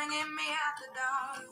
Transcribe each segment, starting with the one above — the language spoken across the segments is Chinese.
bringing me out the dark.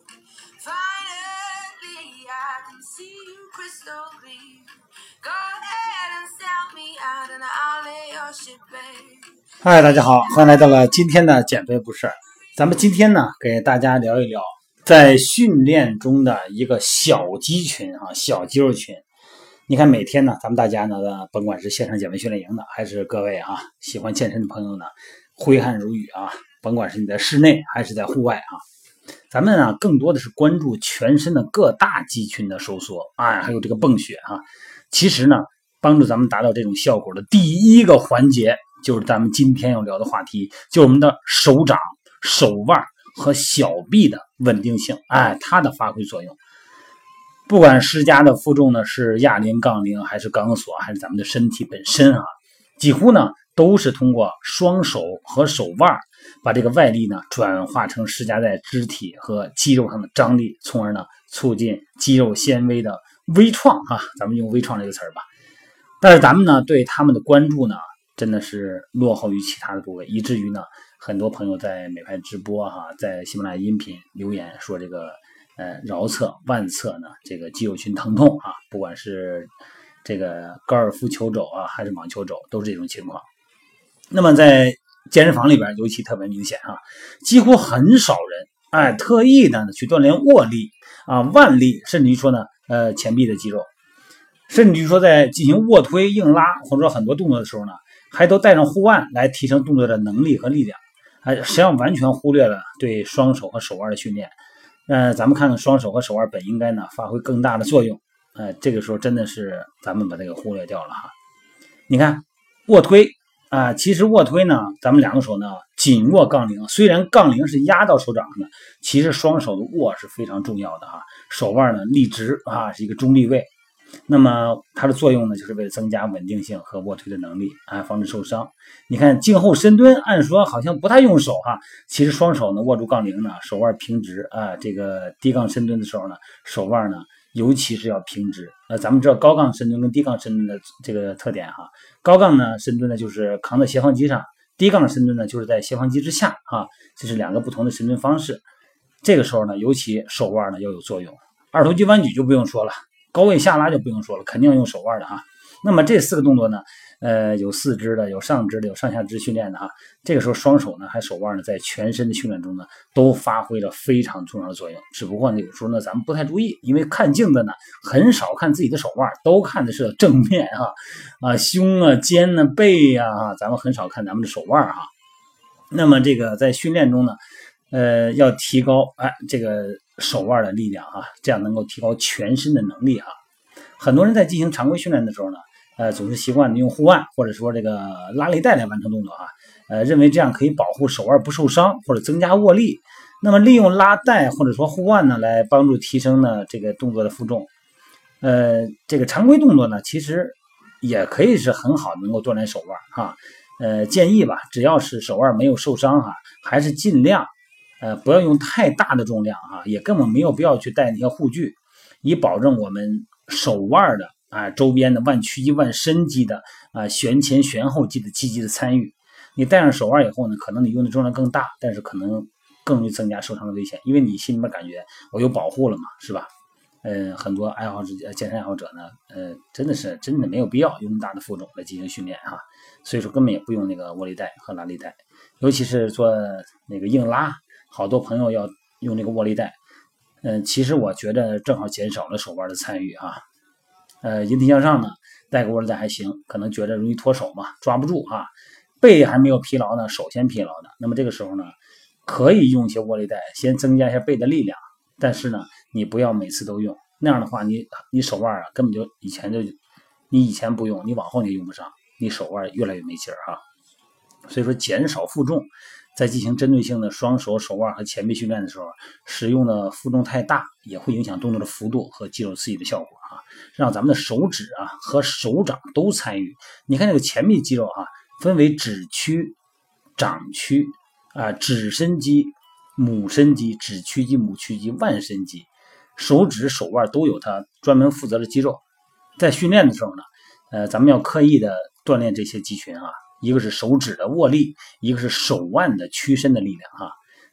Finally, I can see you crystal clear. Go ahead and sell me out and I'll lay your shit bare. 嗨，大家好，欢迎来到了今天的减肥不是。咱们今天呢，给大家聊一聊在训练中的一个小肌群啊，小肌肉群。你看每天呢，咱们大家呢，甭管是线上减肥训练营的，还是各位啊喜欢健身的朋友呢，挥汗如雨啊，甭管是你在室内还是在户外啊，咱们呢更多的是关注全身的各大肌群的收缩啊，还有这个泵血啊。其实呢，帮助咱们达到这种效果的第一个环节，就是咱们今天要聊的话题，就是我们的手掌、手腕和小臂的稳定性，它的发挥作用。不管施加的负重呢是哑铃、杠铃，还是钢索，还是咱们的身体本身啊，几乎呢都是通过双手和手腕把这个外力呢转化成施加在肢体和肌肉上的张力，从而呢促进肌肉纤维的微创啊，咱们用微创这个词吧。但是咱们呢对他们的关注呢真的是落后于其他的部位，以至于呢很多朋友在美拍直播在喜马拉雅音频留言说这个桡侧、腕侧呢这个肌肉群疼痛啊，不管是这个高尔夫球肘啊还是网球肘都是这种情况。那么在健身房里边尤其特别明显几乎很少人特意的去锻炼握力啊、腕力，甚至于说呢前臂的肌肉，甚至于说在进行卧推、硬拉或者说很多动作的时候呢，还都带上护腕来提升动作的能力和力量，实际上完全忽略了对双手和手腕的训练。咱们看看双手和手腕本应该呢发挥更大的作用，这个时候真的是咱们把这个忽略掉了哈。你看卧推其实卧推呢，咱们两个手呢紧握杠铃，虽然杠铃是压到手掌上的，其实双手的握是非常重要的手腕呢立直是一个中立位。那么它的作用呢，就是为了增加稳定性和卧推的能力防止受伤。你看静后深蹲，按说好像不太用手其实双手呢握住杠铃呢，手腕平直这个低杠深蹲的时候呢，手腕呢尤其是要平直。咱们知道高杠深蹲跟低杠深蹲的这个特点高杠呢深蹲呢就是扛在斜方肌上，低杠深蹲呢就是在斜方肌之下这是两个不同的深蹲方式。这个时候呢，尤其手腕呢要有作用。二头肌弯举就不用说了，高位下拉就不用说了，肯定要用手腕的那么这四个动作呢，有四肢的，有上肢的，有上下肢训练的这个时候双手呢，还手腕呢，在全身的训练中呢，都发挥了非常重要的作用。只不过呢，有时候呢，咱们不太注意，因为看镜子呢，很少看自己的手腕，都看的是正面胸肩背咱们很少看咱们的手腕那么这个在训练中呢，要提高这个手腕的力量这样能够提高全身的能力很多人在进行常规训练的时候呢，总是习惯用护腕或者说这个拉力带来完成动作认为这样可以保护手腕不受伤或者增加握力。那么利用拉带或者说护腕呢，来帮助提升呢这个动作的负重。这个常规动作呢，其实也可以是很好能够锻炼手腕建议吧，只要是手腕没有受伤还是尽量不要用太大的重量也根本没有必要去带那些护具，以保证我们手腕的周边的腕屈肌、腕伸肌的旋前旋后肌的积极的参与。你戴上手腕以后呢，可能你用的重量更大，但是可能更容易增加受伤的危险，因为你心里面感觉我有保护了嘛，是吧？很多爱好者、健身爱好者呢，真的没有必要用那么大的负重来进行训练所以说根本也不用那个握力带和拉力带，尤其是做那个硬拉，好多朋友要用这个握力带，其实我觉得正好减少了手腕的参与引体向上呢，带个握力带还行，可能觉得容易脱手嘛，抓不住背还没有疲劳呢，手先疲劳的。那么这个时候呢，可以用一些握力带，先增加一下背的力量，但是呢，你不要每次都用，那样的话你手腕根本就你以前不用，你往后你用不上，你手腕越来越没劲所以说减少负重，在进行针对性的双手、手腕和前臂训练的时候，使用的负重太大，也会影响动作的幅度和肌肉刺激的效果让咱们的手指和手掌都参与。你看这个前臂肌肉分为指区、掌区指伸肌、母伸肌、指屈肌、母屈肌、腕伸肌，手指、手腕都有它专门负责的肌肉。在训练的时候呢，咱们要刻意的锻炼这些肌群一个是手指的握力，一个是手腕的屈伸的力量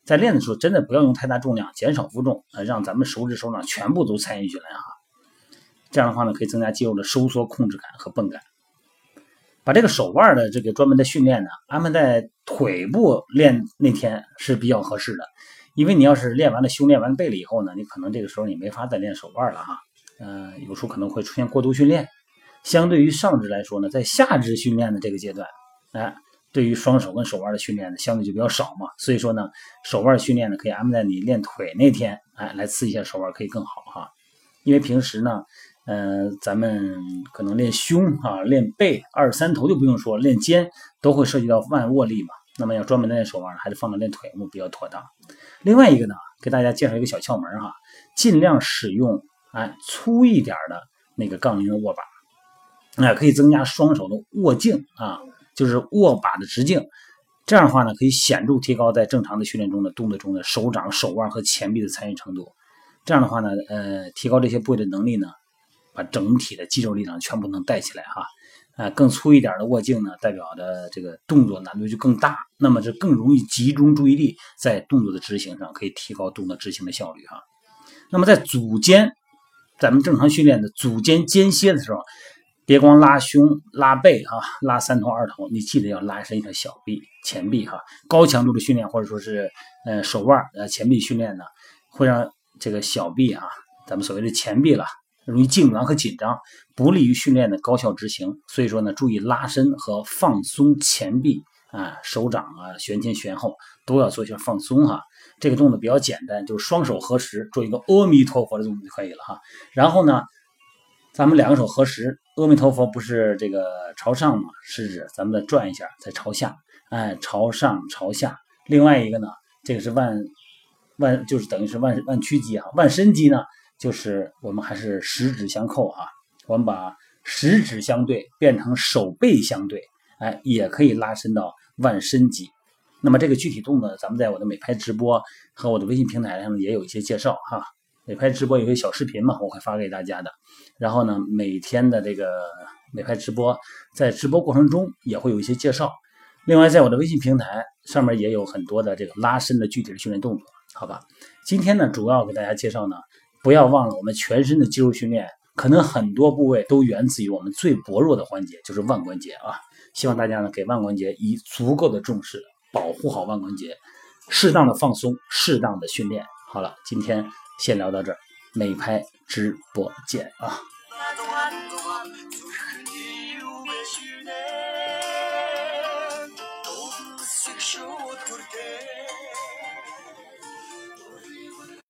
在练的时候真的不要用太大重量，减少负重，让咱们手指手掌全部都参与进来这样的话呢，可以增加肌肉的收缩控制感和绷感。把这个手腕的这个专门的训练呢，安排在腿部练那天是比较合适的，因为你要是练完了胸、练完背了以后呢，你可能这个时候你没法再练手腕了有时候可能会出现过度训练。相对于上肢来说呢，在下肢训练的这个阶段，对于双手跟手腕的训练呢，相对就比较少嘛，所以说呢，手腕训练呢可以安排在你练腿那天，来刺一下手腕可以更好因为平时呢，咱们可能练胸练背、二三头就不用说，练肩都会涉及到腕握力嘛。那么要专门的练手腕，还是放到练腿部比较妥当。另外一个呢，给大家介绍一个小窍门尽量使用粗一点的那个杠铃的握把，可以增加双手的握劲就是握把的直径。这样的话呢，可以显著提高在正常的训练中的动作中的手掌、手腕和前臂的参与程度。这样的话呢，提高这些部位的能力呢，把整体的肌肉力量全部能带起来更粗一点的握劲呢，代表的这个动作难度就更大，那么这更容易集中注意力在动作的执行上，可以提高动作执行的效率那么在组间，咱们正常训练的组间间歇的时候，别光拉胸、拉背拉三头二头，你记得要拉伸一下小臂、前臂高强度的训练或者说是手腕前臂训练呢，会让这个小臂咱们所谓的前臂了，容易痉挛和紧张，不利于训练的高效执行。所以说呢，注意拉伸和放松前臂手掌旋前旋后都要做一下放松这个动作比较简单，就是双手合十做一个阿弥陀佛的动作就可以了然后呢，咱们两个手合十，阿弥陀佛不是这个朝上吗？食指咱们再转一下，再朝下，朝上朝下。另外一个呢，这个是就是等于是腕屈肌腕伸肌呢，就是我们还是十指相扣我们把十指相对变成手背相对，也可以拉伸到腕伸肌。那么这个具体动作，咱们在我的美拍直播和我的微信平台上也有一些介绍美拍直播有些小视频嘛，我会发给大家的。然后呢，每天的这个美拍直播，在直播过程中也会有一些介绍。另外，在我的微信平台上面也有很多的这个拉伸的具体的训练动作，好吧？今天呢，主要给大家介绍呢，不要忘了我们全身的肌肉训练，可能很多部位都源自于我们最薄弱的环节，就是腕关节希望大家呢给腕关节以足够的重视，保护好腕关节，适当的放松，适当的训练。好了，今天先聊到这儿，美拍直播见